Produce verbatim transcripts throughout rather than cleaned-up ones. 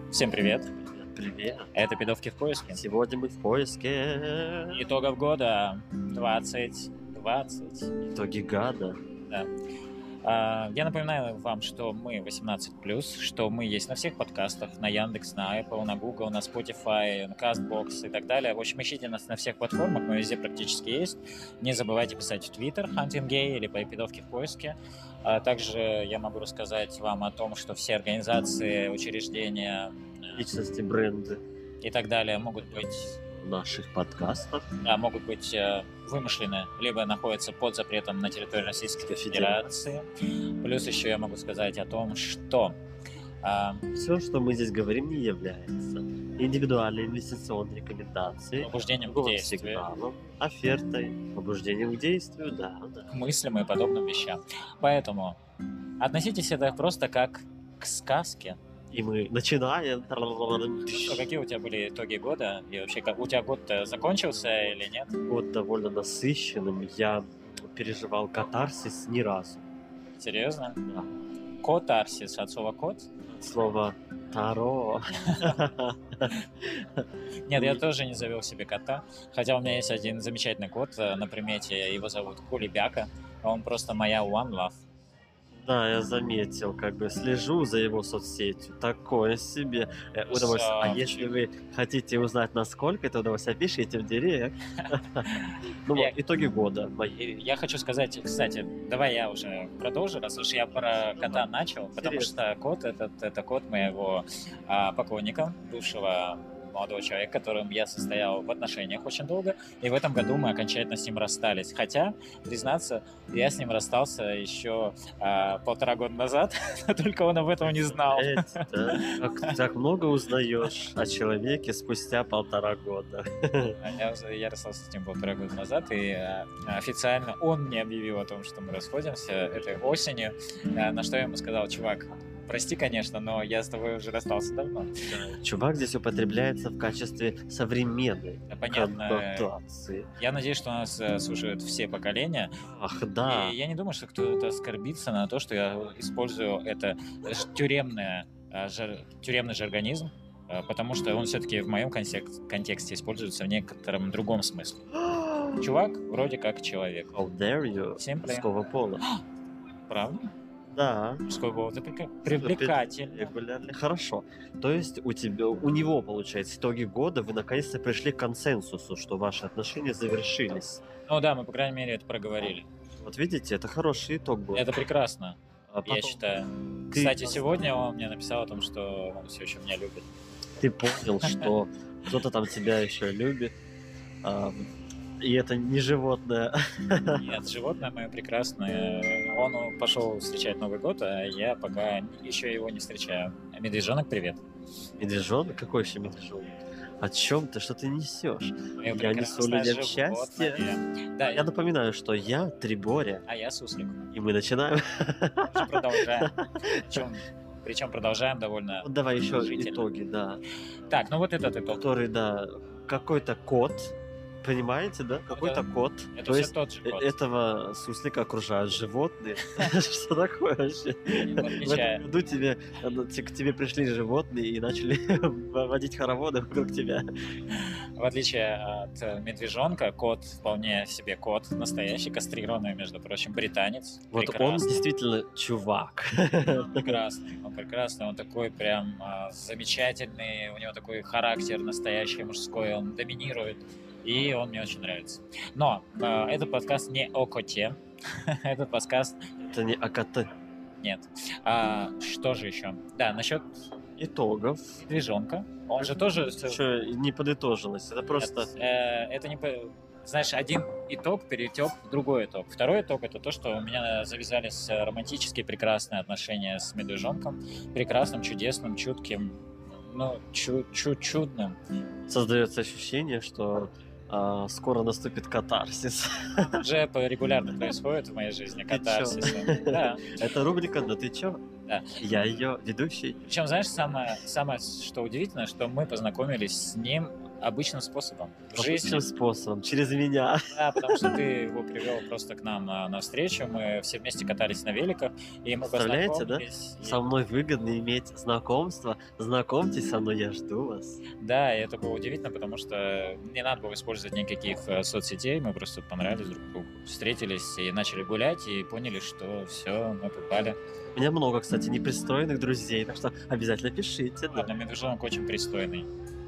Всем привет! Привет! Это «Пидовки в поиске». Сегодня мы в поиске итогов года двадцать двадцать. Итоги года. Да. А, я напоминаю вам, что мы восемнадцать плюс, что мы есть на всех подкастах, на Яндекс, на Apple, на Google, на Spotify, на Castbox и так далее. В общем, ищите нас на всех платформах, мы везде практически есть. Не забывайте писать в Twitter Hunting Gay или по «Пидовки в поиске». А также я могу рассказать вам о том, что все организации, учреждения, личности, бренды и так далее могут быть в наших подкастах. Да, могут быть э, вымышлены, либо находятся под запретом на территории Российской Федерации. Плюс еще я могу сказать о том, что э, все, что мы здесь говорим, не является индивидуальной инвестиционной рекомендацией, побуждением к действию, сигналом, офертой, побуждением к действию, да, да. к мыслям и подобным вещам. Поэтому относитесь это просто как к сказке. И мы начинаем. Что, какие у тебя были итоги года? И вообще, как у тебя год закончился или нет? Год довольно насыщенным. Я переживал катарсис ни разу. Серьезно? Да. Катарсис от слова кот? Слово таро. Нет, я тоже не завел себе кота. Хотя у меня есть один замечательный кот на примете. Его зовут Кулебяка. Он просто моя one love. Да, я заметил, как бы слежу за его соцсетью. Такое себе удовольствие. А если вы хотите узнать, насколько это удовольствие, пишите в директ. Ну вот, итоги года мои. Я хочу сказать, кстати, давай я уже продолжу, раз уж я про кота начал, потому что кот этот, это кот моего поклонника, бывшего молодого человека, которым я состоял в отношениях очень долго, и в этом году мы окончательно с ним расстались. Хотя, признаться, я с ним расстался еще а, полтора года назад, но только он об этом не знал. Это, как, так много узнаешь о человеке спустя полтора года. Я, я расстался с ним полтора года назад, и а, официально он мне объявил о том, что мы расходимся этой осенью, а, на что я ему сказал: чувак, прости, конечно, но я с тобой уже расстался давно. Чувак здесь употребляется в качестве современной коннотации. Я надеюсь, что нас э, слушают все поколения. Ах, да. И я не думаю, что кто-то оскорбится на то, что я использую это тюремное, жар, тюремный жаргонизм, потому что он все-таки в моем контекст, контексте используется в некотором другом смысле. Чувак вроде как человек. How dare you? Всем привет. Мужского пола. Правда? Да. Мужской голос привлекательный. Регулярно. Хорошо. То есть у тебя, у него, получается, итоги года, вы наконец-то пришли к консенсусу, что ваши отношения завершились. Ну да, мы, по крайней мере, это проговорили. Вот видите, это хороший итог был. Это прекрасно, а потом... я считаю. Ты... Кстати, сегодня он мне написал о том, что он все еще меня любит. Ты понял, что кто-то там тебя еще любит. И это не животное. Нет, животное мое прекрасное. Он пошел встречать Новый год, а я пока еще его не встречаю. Медвежонок, привет. Медвежонок? Какой еще медвежонок? О чем ты? Что ты несешь? Мое я несу людям счастье. Да, я напоминаю, что я Триборя. А я Суслик. И мы начинаем. Продолжаем. Причем, причем продолжаем довольно. Вот давай еще итоги, да. Так, ну вот этот итог. Который, да, какой-то кот. Понимаете, да? Какой-то это, кот. Это То есть тот же кот. Этого суслика окружают животные. Что такое вообще? В этом году тебе, к тебе пришли животные и начали водить хороводы вокруг тебя. В отличие от медвежонка, кот вполне себе кот, настоящий, кастрированный, между прочим, британец. Вот прекрасный. Он действительно чувак. Он прекрасный, он прекрасный, он такой прям а, замечательный, у него такой характер настоящий, мужской, он доминирует. И он мне очень нравится. Но э, этот подкаст не о коте. Этот подкаст... Это не о коте. Нет. А, что же еще? Да, насчет... Итогов. Медвежонка. Он же тоже... Что, не подытожилось. Это просто... Нет, э, это не... Знаешь, один итог перетек в другой итог. Второй итог — это то, что у меня завязались романтические прекрасные отношения с медвежонком. Прекрасным, чудесным, чутким, ну, чу- чу- чудным. Создается ощущение, что а, скоро наступит катарсис. Уже регулярно происходит в моей жизни катарсис. Да. Это рубрика «Да ты чё?». Да. Я ее ведущий. Причем, знаешь, самое, самое, что удивительно, что мы познакомились с ним обычным способом в жизни. Обычным способом, через меня. Да, потому что ты его привел просто к нам на, на встречу, мы все вместе катались на великах, и мы Представляете, да? познакомились. и- Со мной выгодно иметь знакомство. Знакомьтесь со мной, я жду вас. Да, и это было удивительно, потому что не надо было использовать никаких э, соцсетей, мы просто понравились друг другу, встретились и начали гулять, и поняли, что все, мы попали. У меня много, кстати, непристроенных друзей, так что обязательно пишите, да. Ладно, медвежонок очень пристойный.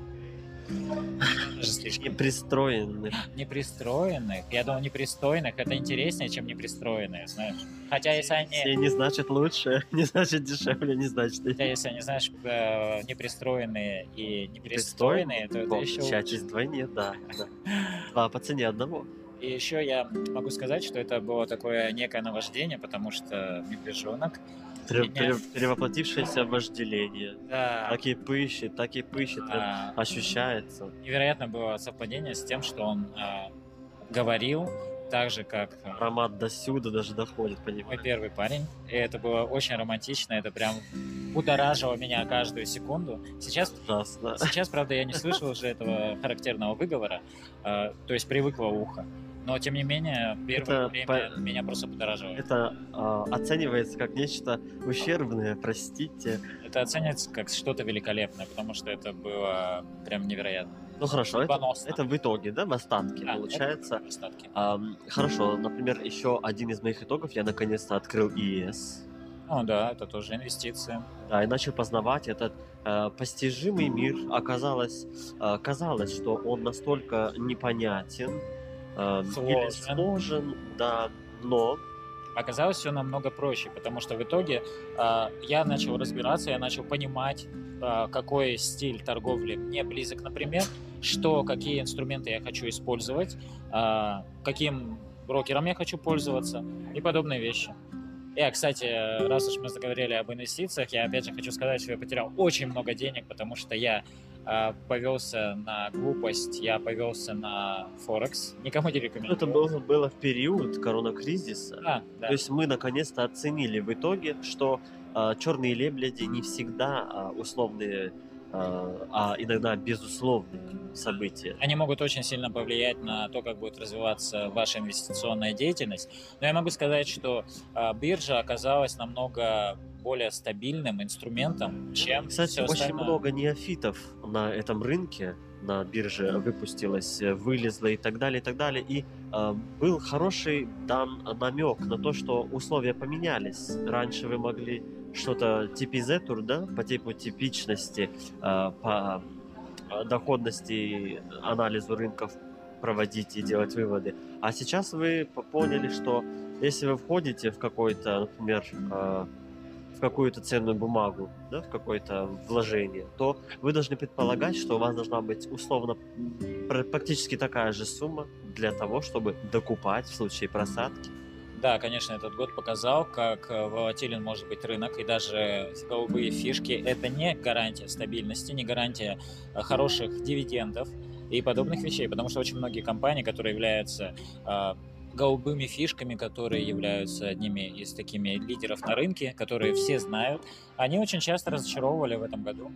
Даже слишком. Непристроенных. Непристроенных, я думаю, непристойных это интереснее, чем непристроенные, знаешь. Хотя если они, Все не значит лучше, не значит дешевле, не значит... хотя если они, знаешь, э, непристроенные и непристойные, то это еще лучше. Часть вдвойне, да, да. Два по цене одного. И еще я могу сказать, что это было такое некое наваждение, потому что медвежонок Пере- меня- пере- Перевоплотившееся вожделение. да, Так и пыщет, так и пыщет, прям а, ощущается. невероятно было совпадение с тем, что он а, говорил так же, как а, Аромат до сюда даже доходит, мой понимаешь? первый парень. И это было очень романтично, это прям будоражило меня каждую секунду. Сейчас, Ужасно. сейчас, правда, я не слышал уже этого характерного выговора, а, то есть привыкло ухо. Но, тем не менее, первое Это время по- меня просто будоражило. Это а, оценивается как нечто ущербное, простите. Это оценивается как что-то великолепное, потому что это было прям невероятно. Ну хорошо, это, Судьбоносно. это в итоге, да, в остатке Да, получается. это остатки. Ам, хорошо, например, еще один из моих итогов, я наконец-то открыл и эс. Ну да, это тоже инвестиции. Да, и начал познавать этот э, постижимый мир. Оказалось, э, казалось, что он настолько непонятен, э, или Сложен. сложен, да, но Оказалось все намного проще, потому что в итоге а, я начал разбираться, я начал понимать, а, какой стиль торговли мне близок, например, что, какие инструменты я хочу использовать, а, каким брокером я хочу пользоваться и подобные вещи. И, а, кстати, раз уж мы заговорили об инвестициях, я опять же хочу сказать, что я потерял очень много денег, потому что я а, повелся на глупость, я повелся на Форекс. Никому не рекомендую. это было, было в период коронакризиса. Да, да. То есть мы наконец-то оценили в итоге, что э, черные лебеди не всегда а, условные, э, а иногда безусловные события. Они могут очень сильно повлиять на то, как будет развиваться ваша инвестиционная деятельность. Но я могу сказать, что а, биржа оказалась намного более стабильным инструментом, чем Кстати, все очень остальное. много неофитов на этом рынке, на бирже выпустилось, э, вылезло и так далее, и так далее. И э, был хороший дан намек на то, что условия поменялись. Раньше вы могли что-то типизетур, да, по типу типичности, э, по э, доходности, анализу рынков проводить и делать выводы. А сейчас вы по- поняли, что если вы входите в какой-то, например, э, в какую-то ценную бумагу, да, в какое-то вложение, то вы должны предполагать, что у вас должна быть условно пр- практически такая же сумма для того, чтобы докупать в случае просадки. Да, конечно, этот год показал, как э, волатилен может быть рынок, и даже голубые фишки — это не гарантия стабильности, не гарантия э, хороших дивидендов и подобных вещей, потому что очень многие компании, которые являются э, голубыми фишками, которые являются одними из такими лидеров на рынке, которые все знают, они очень часто разочаровывали в этом году.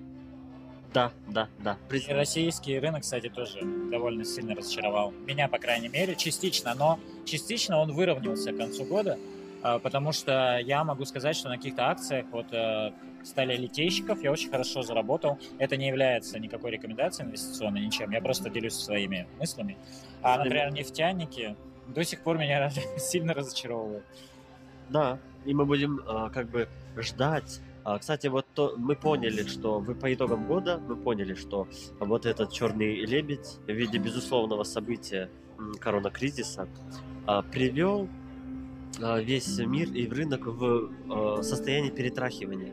Да, да, да. И российский рынок, кстати, тоже довольно сильно разочаровал. Меня, по крайней мере, частично, но частично он выровнялся к концу года, а, потому что я могу сказать, что на каких-то акциях вот э, стали литейщиков я очень хорошо заработал. Это не является никакой рекомендацией инвестиционной, ничем. Я просто делюсь своими мыслями. А, например, нефтяники до сих пор меня сильно разочаровывают. Да, и мы будем а, как бы ждать. А, кстати, вот то, мы поняли, что вы по итогам года, мы поняли, что вот этот черный лебедь в виде безусловного события м, коронакризиса а, привел а, весь мир и рынок в а, состояние перетрахивания.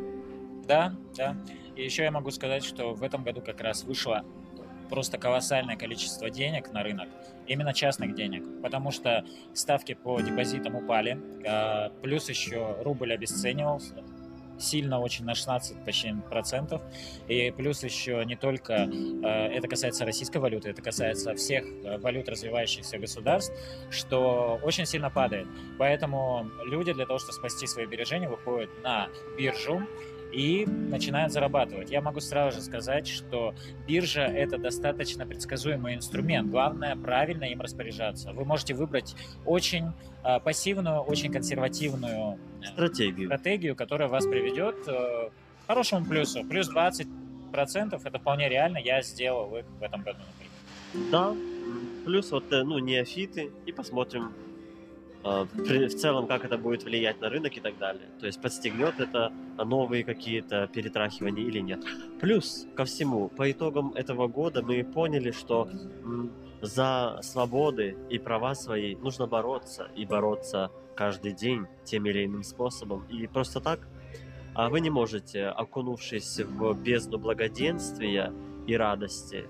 Да, да. И еще я могу сказать, что в этом году как раз вышло просто колоссальное количество денег на рынок, именно частных денег, потому что ставки по депозитам упали, а, плюс еще рубль обесценивался сильно очень на шестнадцать почти процентов, и плюс еще не только э, это касается российской валюты, это касается всех э, валют развивающихся государств, что очень сильно падает. Поэтому люди для того, чтобы спасти свои сбережения, выходят на биржу и начинают зарабатывать. Я могу сразу же сказать, что биржа — это достаточно предсказуемый инструмент. Главное, правильно им распоряжаться. Вы можете выбрать очень а, пассивную, очень консервативную э, Стратегию. стратегию, которая вас приведет э, к хорошему плюсу. Плюс двадцать процентов — это вполне реально. Я сделал их в этом году, например. Да, м, плюс вот, э, ну, неофиты, и посмотрим а, при- в целом, как это будет влиять на рынок и так далее. То есть подстегнет это новые какие-то перетрахивания или нет. Плюс ко всему, по итогам этого года мы поняли, что м, за свободы и права свои нужно бороться, и бороться каждый день тем или иным способом. И просто так а вы не можете, окунувшись в бездну благоденствия и радости,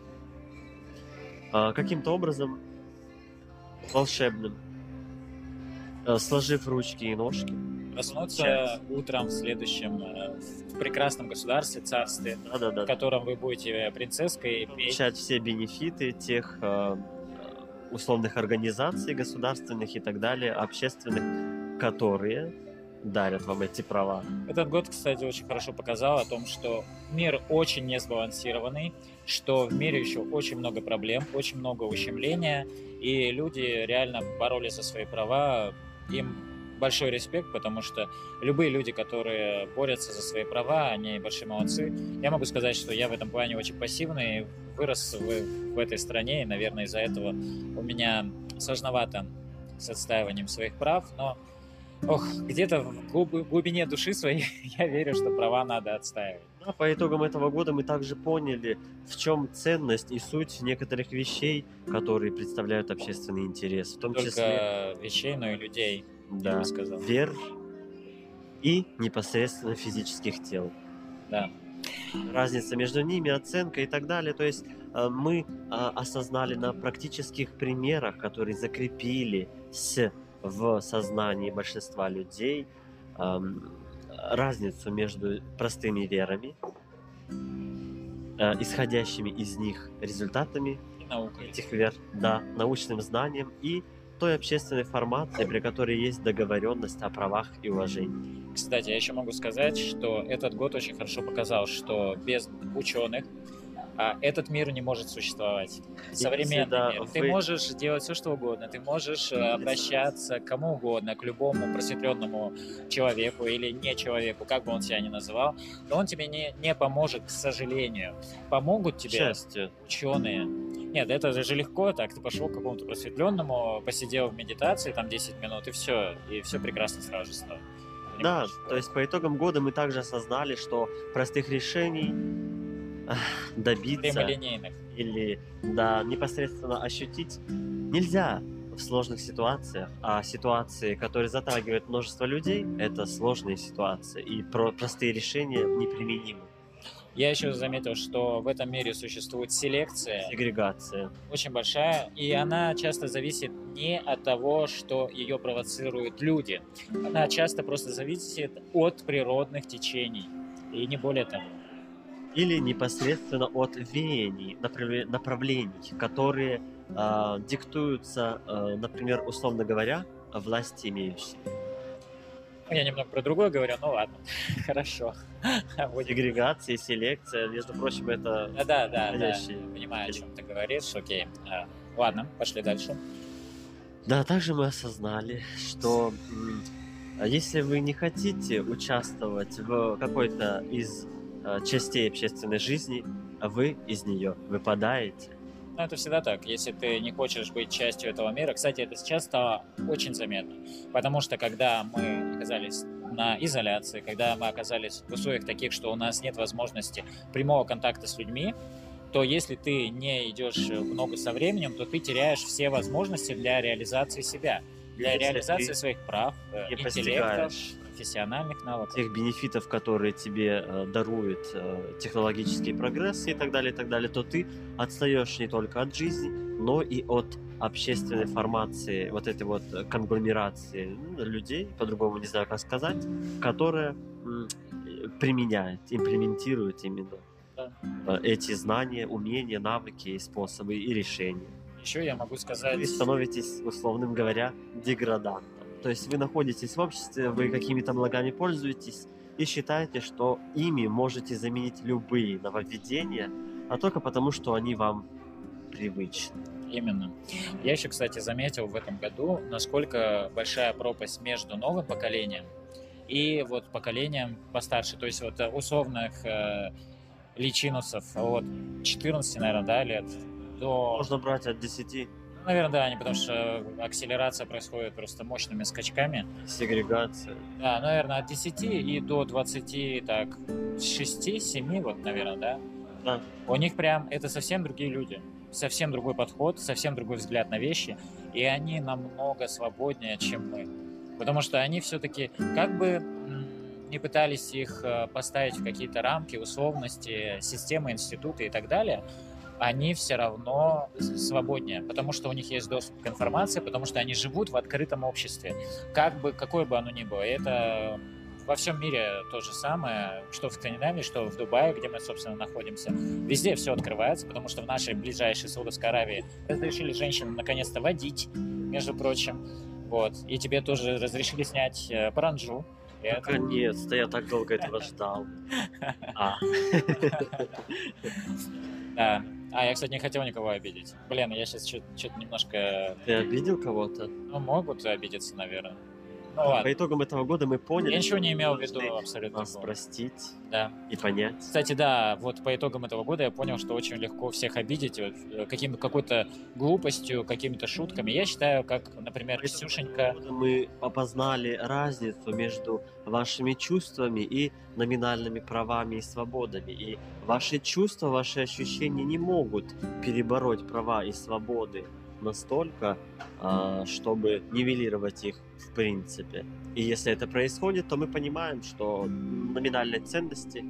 а, каким-то образом волшебным, э, сложив ручки и ножки, Проснуться утром в следующем э, в прекрасном государстве, царстве, в да-да-да, котором вы будете принцесской и петь. получать все бенефиты тех э, условных организаций государственных и так далее, общественных, которые дарят вам эти права. Этот год, кстати, очень хорошо показал о том, что мир очень несбалансированный, что в мире еще очень много проблем, очень много ущемления, и люди реально боролись за свои права. Им большой респект, потому что любые люди, которые борются за свои права, они большие молодцы. Я могу сказать, что я в этом плане очень пассивный, вырос в, в этой стране, и, наверное, из-за этого у меня сложновато с отстаиванием своих прав, но ох, где-то в глуб- глубине души своей я верю, что права надо отстаивать. Да, по итогам этого года мы также поняли, в чем ценность и суть некоторых вещей, которые представляют общественный интерес, в том Только числе, вещей, но и людей, я да, бы сказал. вер и непосредственно физических тел. Да. Разница между ними, оценка и так далее. То есть э, мы а, осознали на практических примерах, которые закрепили с, в сознании большинства людей ам, разницу между простыми верами, э, исходящими из них результатами И наукой. этих вер, да, научным знанием и той общественной формацией, при которой есть договоренность о правах и уважении. Кстати, я еще могу сказать, что этот год очень хорошо показал, что без ученых а, этот мир не может существовать. Современный да, мир. вы- Ты можешь делать все, что угодно. Ты можешь э, обращаться к кому угодно, к любому просветленному человеку или не человеку, как бы он себя ни называл, но он тебе не, не поможет, к сожалению. Помогут К тебе счастью. ученые. Нет, это же легко, так ты пошел к какому-то просветленному, посидел в медитации там десять минут, и все, и все прекрасно сразу же стало. Да, Понимаешь? то есть по итогам года мы также осознали, что простых решений ах, добиться Прямолинейных. или да, непосредственно ощутить нельзя в сложных ситуациях, а ситуации, которые затрагивают множество людей, это сложные ситуации, и про- простые решения неприменимы. Я еще заметил, что в этом мире существует селекция, Сегрегация. очень большая, и она часто зависит не от того, что ее провоцируют люди. Она часто просто зависит от природных течений, и не более того. Или непосредственно от веяний, направле- направлений, которые а, диктуются, а, например, условно говоря, власти имеющие. Ну, я немного про другое говорю, ну ладно, хорошо. Будем- Сегрегация, селекция, между прочим, это Да, да, да, да, подходящие. я понимаю, о чем ты говоришь, окей. А, Ладно, пошли дальше. Да, также мы осознали, что м, а если вы не хотите участвовать в какой-то из а, частей общественной жизни, а вы из нее выпадаете. Ну, это всегда так. Если ты не хочешь быть частью этого мира... Кстати, это сейчас стало очень заметно. Потому что когда мы оказались на изоляции, когда мы оказались в условиях таких, что у нас нет возможности прямого контакта с людьми, то если ты не идешь в ногу со временем, то ты теряешь все возможности для реализации себя, для Если реализации ты своих прав, э, не интеллекта, постигаешь профессиональных навыков. тех бенефитов, которые тебе э, дарует э, технологический прогресс и так далее, и так далее, то ты отстаешь не только от жизни, но и от общественной формации, вот этой вот э, конгломерации ну, людей, по-другому не знаю, как сказать, которая м, э, применяет, имплементирует именно Да. э, эти знания, умения, навыки, способы и решения. Еще я могу сказать... Вы становитесь, условным говоря, деградантом. То есть вы находитесь в обществе, вы какими-то благами пользуетесь и считаете, что ими можете заменить любые нововведения, а только потому, что они вам привычны. Именно. Я еще, кстати, заметил в этом году, насколько большая пропасть между новым поколением и вот поколением постарше. То есть вот э, условных э, личинусов от четырнадцати, наверное, да, лет до... Можно брать от десяти, Наверное, да, они, потому что акселерация происходит просто мощными скачками. сегрегация. Да, наверное, от десяти и до двадцати, так, шести-семи, вот, наверное, да. Да. У них прям это совсем другие люди, совсем другой подход, совсем другой взгляд на вещи, и они намного свободнее, чем мы. Потому что они все-таки, как бы м, не пытались их э, поставить в какие-то рамки, условности, системы, институты и так далее, они все равно с- свободнее, потому что у них есть доступ к информации, потому что они живут в открытом обществе, как бы, какое бы оно ни было. И это во всем мире то же самое, что в Скандинавии, что в Дубае, где мы, собственно, находимся. Везде все открывается, потому что в нашей ближайшей Саудовской Аравии разрешили женщинам наконец-то водить, между прочим. Вот. И тебе тоже разрешили снять э, паранджу. И это- Наконец-то, я так долго этого ждал. А, Да. А, я, кстати, не хотел никого обидеть. Блин, я сейчас что-то немножко... ты обидел кого-то? Ну, могут обидеться, наверное. Ну, По ладно. итогам этого года мы поняли, Я ничего что не имел в вы виду должны абсолютно. нас такого. простить Да. и понять. Кстати, да, вот по итогам этого года я понял, что очень легко всех обидеть вот, э, каким, какой-то глупостью, какими-то шутками. Я считаю, как, например, По итогам Ксюшенька... этого года мы опознали разницу между вашими чувствами и номинальными правами и свободами. И ваши чувства, ваши ощущения не могут перебороть права и свободы настолько, а, чтобы нивелировать их в принципе. И если это происходит, то мы понимаем, что номинальной ценности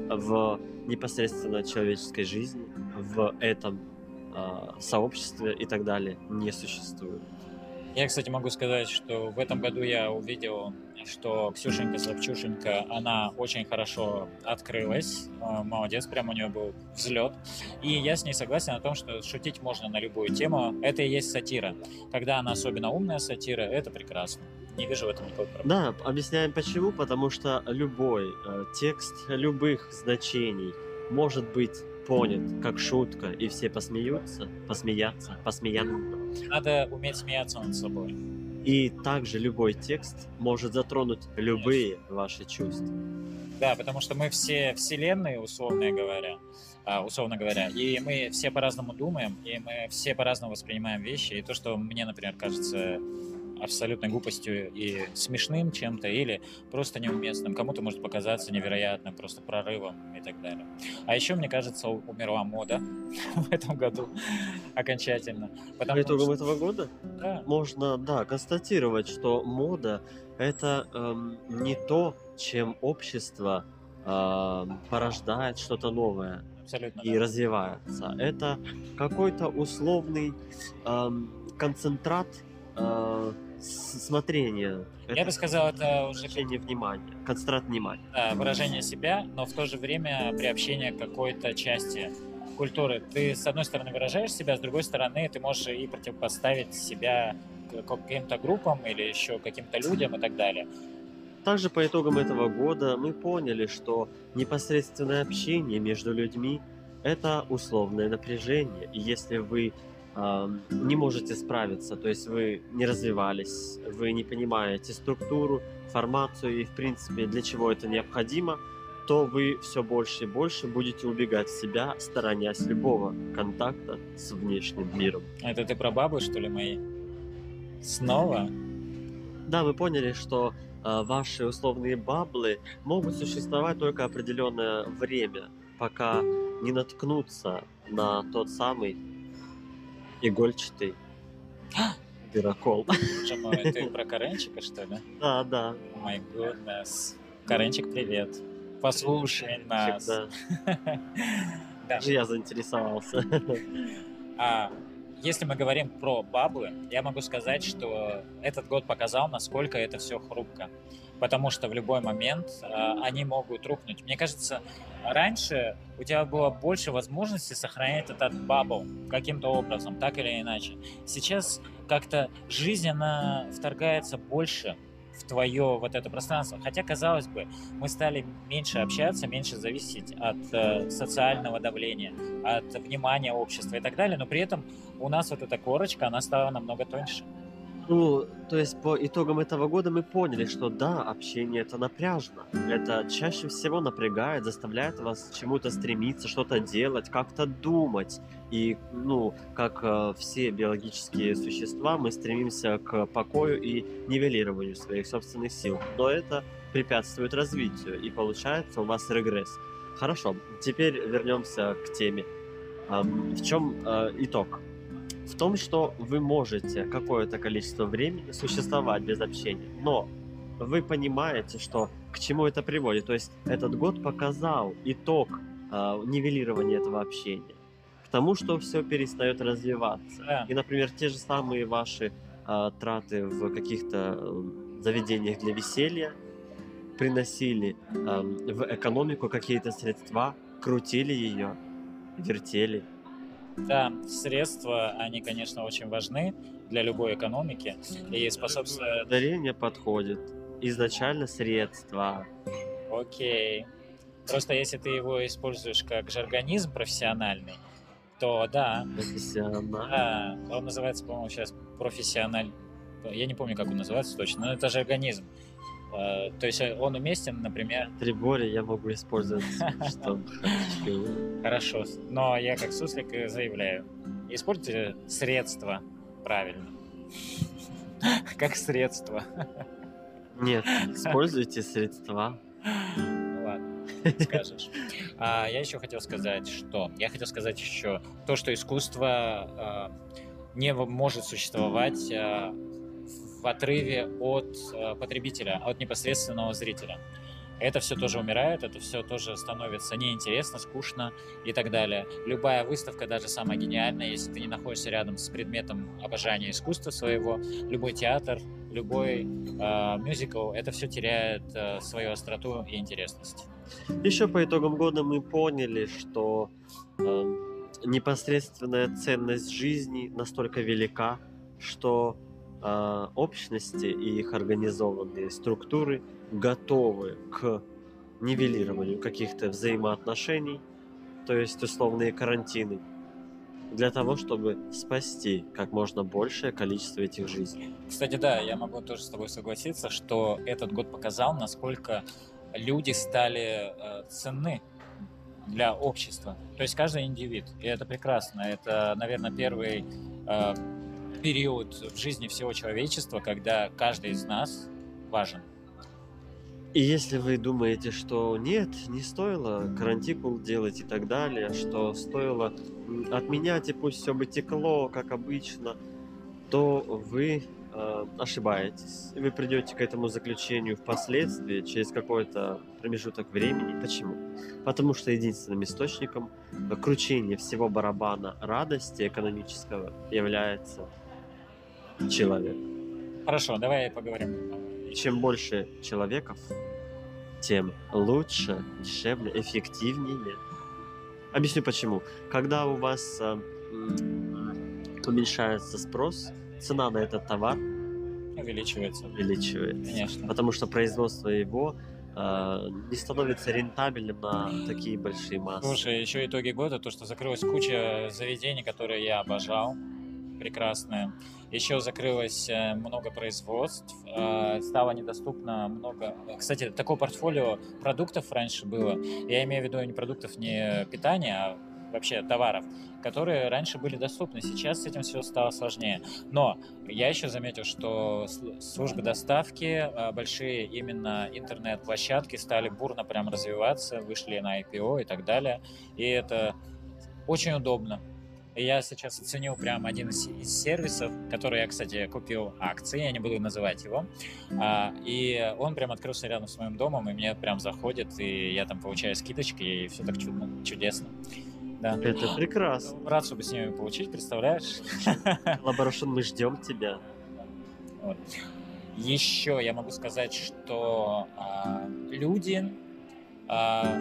в непосредственно человеческой жизни, в этом а, сообществе и так далее не существует. Я, кстати, могу сказать, что в этом году я увидел, что Ксюшенька Слабчушенька, она очень хорошо открылась. Э, Молодец, прям у нее был взлет. И я с ней согласен о том, что шутить можно на любую тему. Это и есть сатира. Когда она особенно умная сатира, это прекрасно. Не вижу в этом никакой проблемы. Да, объясняем почему, потому что любой э, текст любых значений может быть понят как шутка, и все посмеются, посмеяться, посмеяться. Надо уметь смеяться над собой. И также любой текст может затронуть любые ваши чувства. Да, потому что мы все вселенные, условно говоря, а, условно говоря, и мы все по-разному думаем, и мы все по-разному воспринимаем вещи, и то, что мне, например, кажется абсолютной глупостью и смешным чем-то, или просто неуместным, кому-то может показаться невероятным, просто прорывом и так далее. А еще, мне кажется, у- умерла мода в этом году окончательно. По Потому итогам что, этого года да, можно, да, констатировать, что мода это эм, не то, чем общество эм, порождает что-то новое абсолютно и да. развивается. Это какой-то условный эм, концентрат э, с- смотрения. Я Это бы сказал, это уже как, выражение внимания, концентрат внимания. да, выражение себя, но в то же время приобщение к какой-то части культуры. Ты, с одной стороны, выражаешь себя, с другой стороны, ты можешь и противопоставить себя к каким-то группам или еще каким-то людям и так далее. Также по итогам этого года мы поняли, что непосредственное общение между людьми это условное напряжение. И если вы ам, не можете справиться, то есть вы не развивались, вы не понимаете структуру, формацию и в принципе для чего это необходимо, то вы все больше и больше будете убегать в себя, сторонясь любого контакта с внешним миром. Это ты про бабы, что ли, мои? Снова? Да, мы поняли, что а, ваши условные баблы могут существовать только определенное время, пока не наткнутся на тот самый игольчатый дырокол. Боже мой, ты про Каренчика, что ли? Да, да. О май goodness. Каренчик, привет. Послушай нас. Да. Да. Даже я заинтересовался. А если мы говорим про баблы, я могу сказать, что этот год показал, насколько это все хрупко. Потому что в любой момент а, они могут рухнуть. Мне кажется, раньше у тебя было больше возможностей сохранять этот бабл каким-то образом, так или иначе. Сейчас как-то жизнь, она вторгается больше в твое вот это пространство. Хотя, казалось бы, мы стали меньше общаться, меньше зависеть от э, социального давления, от внимания общества и так далее, но при этом у нас вот эта корочка, она стала намного тоньше. Ну, то есть по итогам этого года мы поняли, что да, общение это напряжно. Это чаще всего напрягает, заставляет вас чему-то стремиться, что-то делать, как-то думать. И, ну, как э, все биологические существа, мы стремимся к покою и нивелированию своих собственных сил. Но это препятствует развитию, и получается у вас регресс. Хорошо, теперь вернемся к теме. Ам, в чем э, итог? В том, что вы можете какое-то количество времени существовать без общения, но вы понимаете, что к чему это приводит. То есть этот год показал итог э, нивелирования этого общения, к тому, что все перестает развиваться. Да. И, например, те же самые ваши э, траты в каких-то э, заведениях для веселья приносили э, в экономику какие-то средства, крутили ее, вертели. Да, средства, они, конечно, очень важны для любой экономики и способствуют... Ударение подходит. Изначально средства. Окей. Просто если ты его используешь как жаргонизм профессиональный, то да, Профессионально. да, он называется, по-моему, сейчас профессиональ... Я не помню, как он называется точно, но это жаргонизм. Э, То есть он уместен, например... Трибори я могу использовать, что хочу. Хорошо, но я как суслик и заявляю. Используйте средства правильно. Как средство. Нет, используйте средства. Ну ладно, скажешь. А, я еще хотел сказать, что... Я хотел сказать еще то, что искусство а, не в- может существовать а, в отрыве от а, потребителя, от непосредственного зрителя. Это все тоже умирает, это все тоже становится неинтересно, скучно и так далее. Любая выставка, даже самая гениальная, если ты не находишься рядом с предметом обожания искусства своего, любой театр, любой э, мюзикл, это все теряет э, свою остроту и интересность. Еще по итогам года мы поняли, что э, непосредственная ценность жизни настолько велика, что э, общности и их организованные структуры готовы к нивелированию каких-то взаимоотношений, то есть условные карантины, для того, чтобы спасти как можно большее количество этих жизней. Кстати, да, я могу тоже с тобой согласиться, что этот год показал, насколько люди стали э, ценны для общества. То есть каждый индивид. И это прекрасно. Это, наверное, первый э, период в жизни всего человечества, когда каждый из нас важен. И если вы думаете, что нет, не стоило карантикул делать и так далее, что стоило м, отменять и пусть все бы текло, как обычно, то вы э, ошибаетесь. И вы придете к этому заключению впоследствии, через какой-то промежуток времени. Почему? Потому что единственным источником э, кручения всего барабана радости экономического является человек. Хорошо, давай поговорим. И чем больше человеков, тем лучше, дешевле, эффективнее. Объясню почему. Когда у вас э, м, уменьшается спрос, цена на этот товар Увеличивается. увеличивается. Конечно. Потому что производство его э, не становится рентабельным на такие большие массы. Слушай, еще итоги года, то, что закрылась куча заведений, которые я обожал, прекрасные. Еще закрылось э, много производств, э, стало недоступно много... Кстати, такое портфолио продуктов раньше было. Я имею в виду не продуктов, не питания, а вообще товаров, которые раньше были доступны. Сейчас с этим все стало сложнее. Но я еще заметил, что сл- службы доставки, э, большие именно интернет-площадки стали бурно прям развиваться, вышли на ай пи о и так далее. И это очень удобно. И я сейчас оценил прям один из, из сервисов, который я, кстати, купил акции, я не буду называть его. А, и он прям открылся рядом с моим домом, и мне прям заходит, и я там получаю скидочки, и все так чудно, чудесно. Да. Это прекрасно. Рад, чтобы с ними получить, представляешь? Коллаборашн, мы ждем тебя. Вот. Еще я могу сказать, что а, люди, а,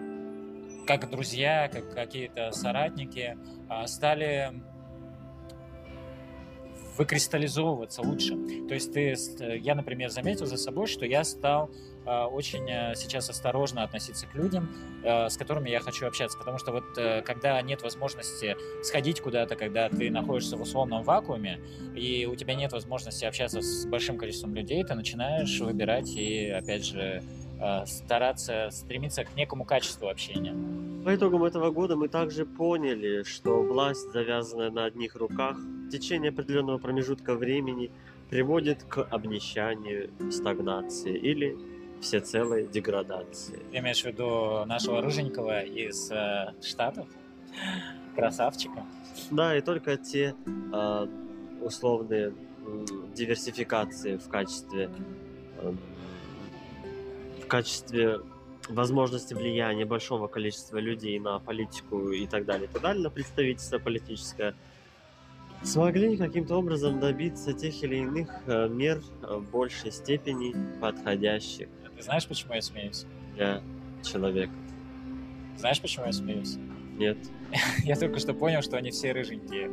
как друзья, как какие-то соратники, а, стали выкристаллизовываться лучше. То есть ты, с- э, я, например, заметил за собой, что я стал э, очень э, сейчас осторожно относиться к людям, э, с которыми я хочу общаться, потому что вот э, когда нет возможности сходить куда-то, когда ты находишься в условном вакууме, и у тебя нет возможности общаться с большим количеством людей, ты начинаешь выбирать и, опять же, э, стараться стремиться к некому качеству общения. По итогам этого года мы также поняли, что власть, завязанная на одних руках, в течение определенного промежутка времени приводит к обнищанию, стагнации или всецелой деградации. Ты имеешь в виду нашего рыженького из э, Штатов? Красавчика. Да, и только те а, условные м, диверсификации в качестве эм, в качестве возможности влияния большого количества людей на политику и так далее, и так далее, на представительство политическое, смогли каким-то образом добиться тех или иных э, мер э, в большей степени подходящих Ты знаешь, почему я смеюсь? для человека. Знаешь, почему я смеюсь? Нет. Я только что понял, что они все рыженькие.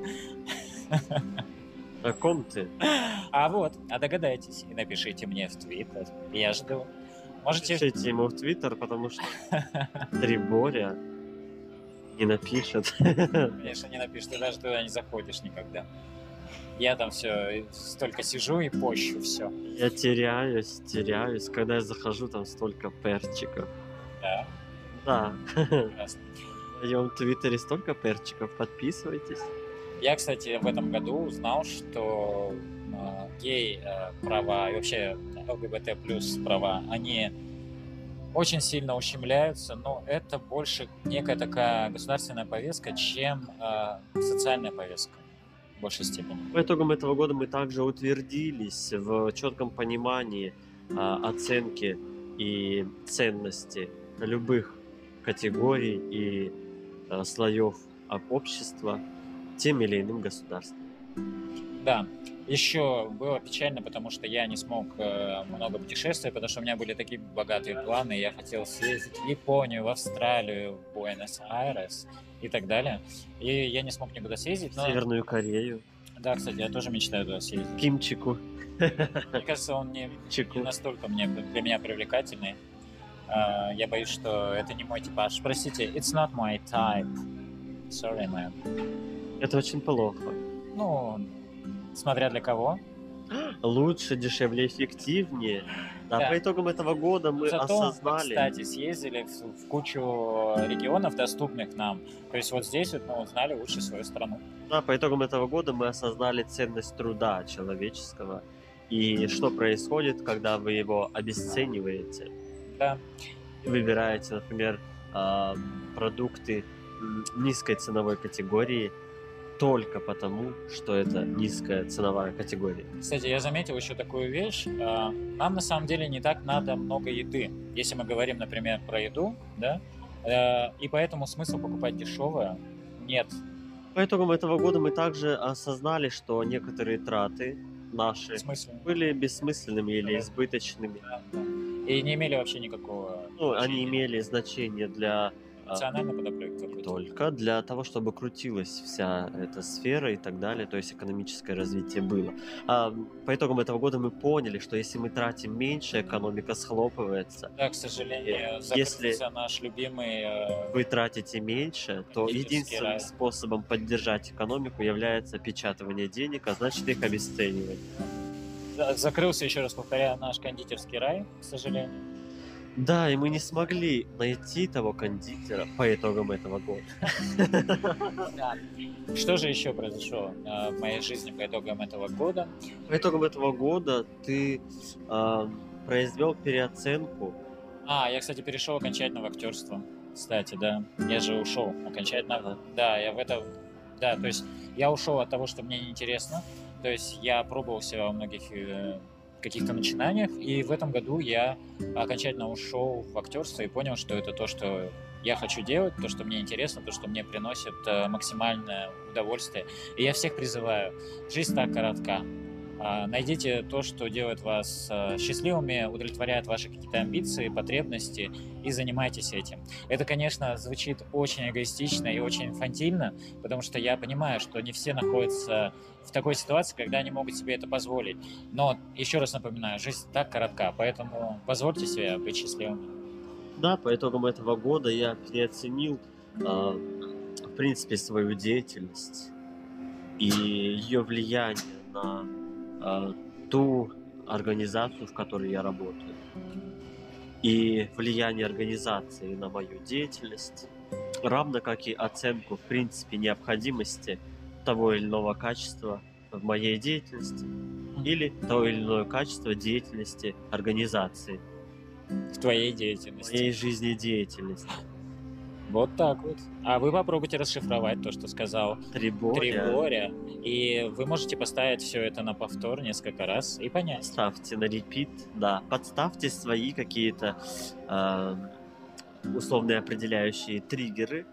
О ком ты? А вот, а догадайтесь и напишите мне в Твиттер. Я жду. Можете... Пишите ему в Твиттер, потому что Триборя не напишет. Конечно, не напишешь, ты даже туда не заходишь никогда. Я там все столько сижу и пощу все. Я теряюсь, теряюсь. Когда я захожу, там столько перчиков. Да, Да. прекрасно. В моем Твиттере столько перчиков. Подписывайтесь. Я, кстати, в этом году узнал, что э, гей э, права и вообще ЛГБТ плюс права, они очень сильно ущемляются, но это больше некая такая государственная повестка, чем э, социальная повестка в большей степени. По итогам этого года мы также утвердились в четком понимании а, оценки и ценности любых категорий и а, слоев об- общества тем или иным государством. Да, еще было печально, потому что я не смог э, много путешествовать, потому что у меня были такие богатые планы, я хотел съездить в Японию, в Австралию, в Буэнос-Айрес и так далее. И я не смог никуда съездить, В но... Северную Корею, Да, кстати, я тоже мечтаю туда съездить. Кимчику. Мне кажется, он не, не Чику. настолько мне, для меня привлекательный. А, я боюсь, что это не мой типаж. Простите, it's not my type. Sorry, man. Это очень плохо. Ну, смотря для кого. Лучше, дешевле, эффективнее. Да, Да. по итогам этого года мы Зато мы, осознали. кстати, съездили в, в кучу регионов, доступных нам. То есть вот здесь вот мы узнали лучше свою страну. Да, по итогам этого года мы осознали ценность труда человеческого и что происходит, когда вы его обесцениваете. Да. Выбираете, например, а, продукты м, низкой ценовой категории только потому, что это низкая ценовая категория. Кстати, я заметил еще такую вещь. А, Нам на самом деле не так надо много еды. Если мы говорим, например, про еду, да, э, и поэтому смысл покупать дешевое нет. По итогам этого года мы также осознали, что некоторые траты наши Смысл. были бессмысленными или избыточными. Да, да. И не имели вообще никакого Ну, они значения. имели значение для а, Национальный подоплек не какой-то. только для того, чтобы крутилась вся эта сфера и так далее, то есть экономическое развитие было. А, по итогам этого года мы поняли, что если мы тратим меньше, экономика схлопывается. Да, к сожалению, Если- закрылся наш любимый... э, Вы тратите меньше, то Кондитерский единственным рай. способом поддержать экономику является печатывание денег, а значит их обесценивание. за- Закрылся, еще раз повторяю, наш кондитерский рай, к сожалению. Да, и мы не смогли найти того кондитера по итогам этого года. Да. Что же еще произошло э, в моей жизни по итогам этого года? По итогам этого года ты а, произвел переоценку. А, я, кстати, перешел окончательно в актерство. Кстати, да. Я же ушел окончательно. Да, я в это... Да, то есть я ушел от того, что мне неинтересно. То есть я пробовал себя во многих э, каких-то начинаниях, и в этом году я окончательно ушел в актерство и понял, что это то, что я хочу делать, то, что мне интересно, то, что мне приносит э, максимальное удовольствие. И я всех призываю. Жизнь так коротка. А, Найдите то, что делает вас а, счастливыми, удовлетворяет ваши какие-то амбиции, потребности, и занимайтесь этим. Это, конечно, звучит очень эгоистично и очень инфантильно, потому что я понимаю, что не все находятся в такой ситуации, когда они могут себе это позволить. Но, еще раз напоминаю, жизнь так коротка, поэтому позвольте себе быть счастливым. Да, по итогам этого года я переоценил, а, в принципе, свою деятельность и ее влияние на а, ту организацию, в которой я работаю, и влияние организации на мою деятельность, равно как и оценку, в принципе, необходимости того или иного качества в моей деятельности или того или иного качества деятельности организации, В твоей в деятельности. моей жизнедеятельности. Вот так вот. А вы попробуйте расшифровать то, что сказал Триборя, Триборя, и вы можете поставить все это на повтор несколько раз и понять. ставьте на репит, да, подставьте свои какие-то а, условные определяющие триггеры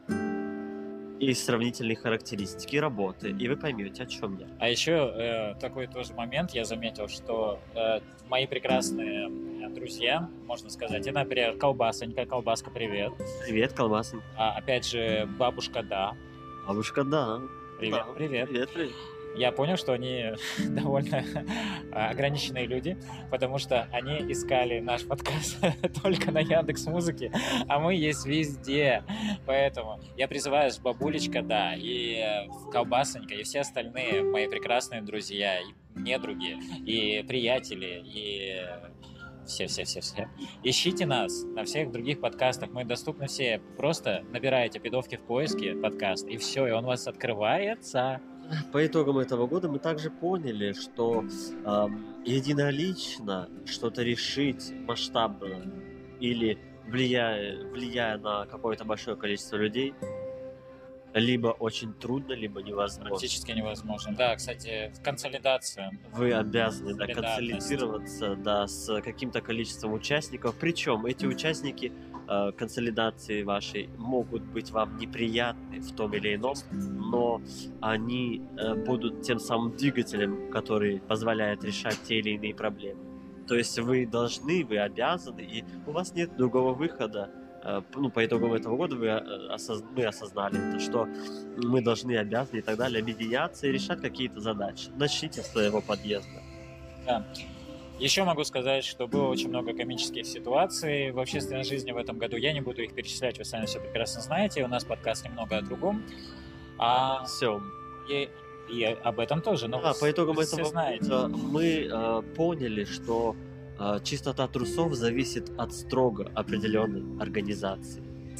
и сравнительные характеристики работы, и вы поймете, о чем я. А еще э, такой тоже момент, я заметил, что э, мои прекрасные э, друзья, можно сказать, это, например, Колбасонька, Колбаска, привет. Привет, колбасонька. А, опять же, Бабушка, да, Бабушка, да. привет, Да, привет. Привет, привет. Я понял, что они довольно а, ограниченные люди, потому что они искали наш подкаст только на Яндекс.Музыке, а мы есть везде. Поэтому я призываю с Бабулечка, да, и э, Колбасонька, и все остальные мои прекрасные друзья, и недруги, и приятели, и все-все-все-все. Ищите нас на всех других подкастах, мы доступны все. Просто набираете «Пидовки в поиске» подкаст, и все, и он у вас открывается. По итогам этого года мы также поняли, что эм, единолично что-то решить масштабно или влияя, влияя на какое-то большое количество людей, либо очень трудно, либо невозможно. Практически невозможно. Да, кстати, консолидация. Вы обязаны да, Солидарность. консолидироваться да, с каким-то количеством участников. Причем эти участники э, консолидации вашей могут быть вам неприятны в том или ином, но они э, будут тем самым двигателем, который позволяет решать те или иные проблемы. То есть вы должны, вы обязаны, и у вас нет другого выхода. Э, ну, по итогам этого года вы, э, осоз... мы осознали это, что мы должны, обязаны и так далее объединяться и решать какие-то задачи. Начните с своего подъезда. Да. Еще могу сказать, что было очень много комических ситуаций в общественной жизни в этом году. Я не буду их перечислять, вы сами все прекрасно знаете. У нас подкаст немного о другом. А Все. и, и об этом тоже. Но Да, вы, по итогам вы этого все знаете. года мы э, поняли, что э, чистота трусов зависит от строго определенной организации.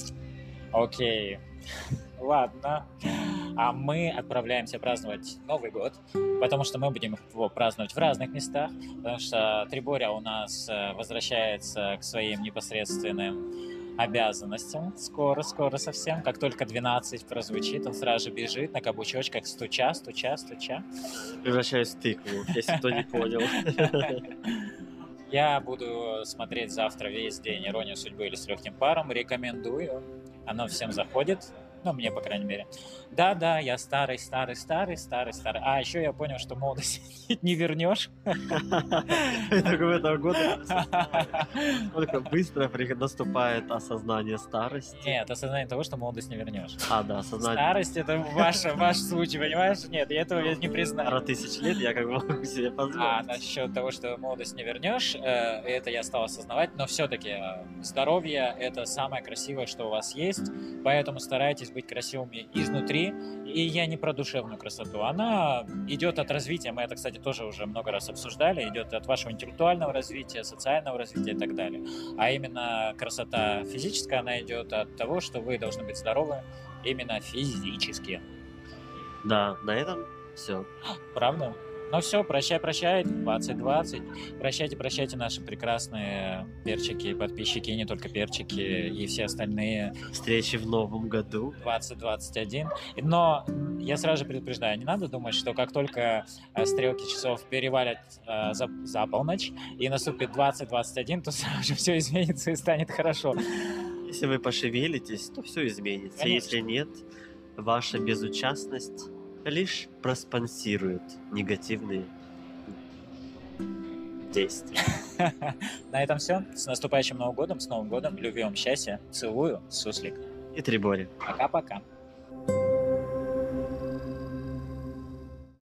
Окей. Ладно. А мы отправляемся праздновать Новый год, потому что мы будем его праздновать в разных местах, потому что Триборя у нас э, возвращается к своим непосредственным обязанностям скоро-скоро совсем. Как только двенадцать прозвучит, он сразу же бежит на каблучочках, стуча, стуча, стуча. Превращаюсь в тыкву, если кто не понял. Я буду смотреть завтра весь день «Иронию судьбы» или «С легким паром». Рекомендую. Оно всем заходит. Ну, мне, по крайней мере. Да-да, я старый, старый, старый, старый, старый. А еще я понял, что молодость не вернешь. Итогом этого года насколько быстро при- наступает осознание старости. Нет, осознание того, что молодость не вернешь. А, да, осознание. Старость — это ваша, ваш случай, понимаешь? Нет, я этого не Пара признаю. тысяч лет я как бы могу себе А позволить. насчет того, что молодость не вернешь, э, это я стал осознавать, но все-таки здоровье — это самое красивое, что у вас есть, поэтому старайтесь быть красивыми изнутри. И я не про душевную красоту, она идет от развития, мы это, кстати, тоже уже много раз обсуждали, идет от вашего интеллектуального развития, социального развития и так далее. А именно красота физическая, она идет от того, что вы должны быть здоровы именно физически. Да, на этом все. Правда? Ну все, прощай-прощай, двадцать двадцать. Прощайте-прощайте наши прекрасные перчики, подписчики, и не только перчики, и все остальные. Встречи в новом году. двадцать двадцать один. Но я сразу же предупреждаю, не надо думать, что как только э, стрелки часов перевалят э, за, за полночь и наступит двадцать двадцать один, то сразу же все изменится и станет хорошо. Если вы пошевелитесь, то все изменится. Конечно. Если нет, ваша безучастность лишь проспонсирует негативные действий. На этом все. С наступающим Новым годом, с Новым годом. Любви вам счастья. Целую, суслик. И Трибори. Пока-пока.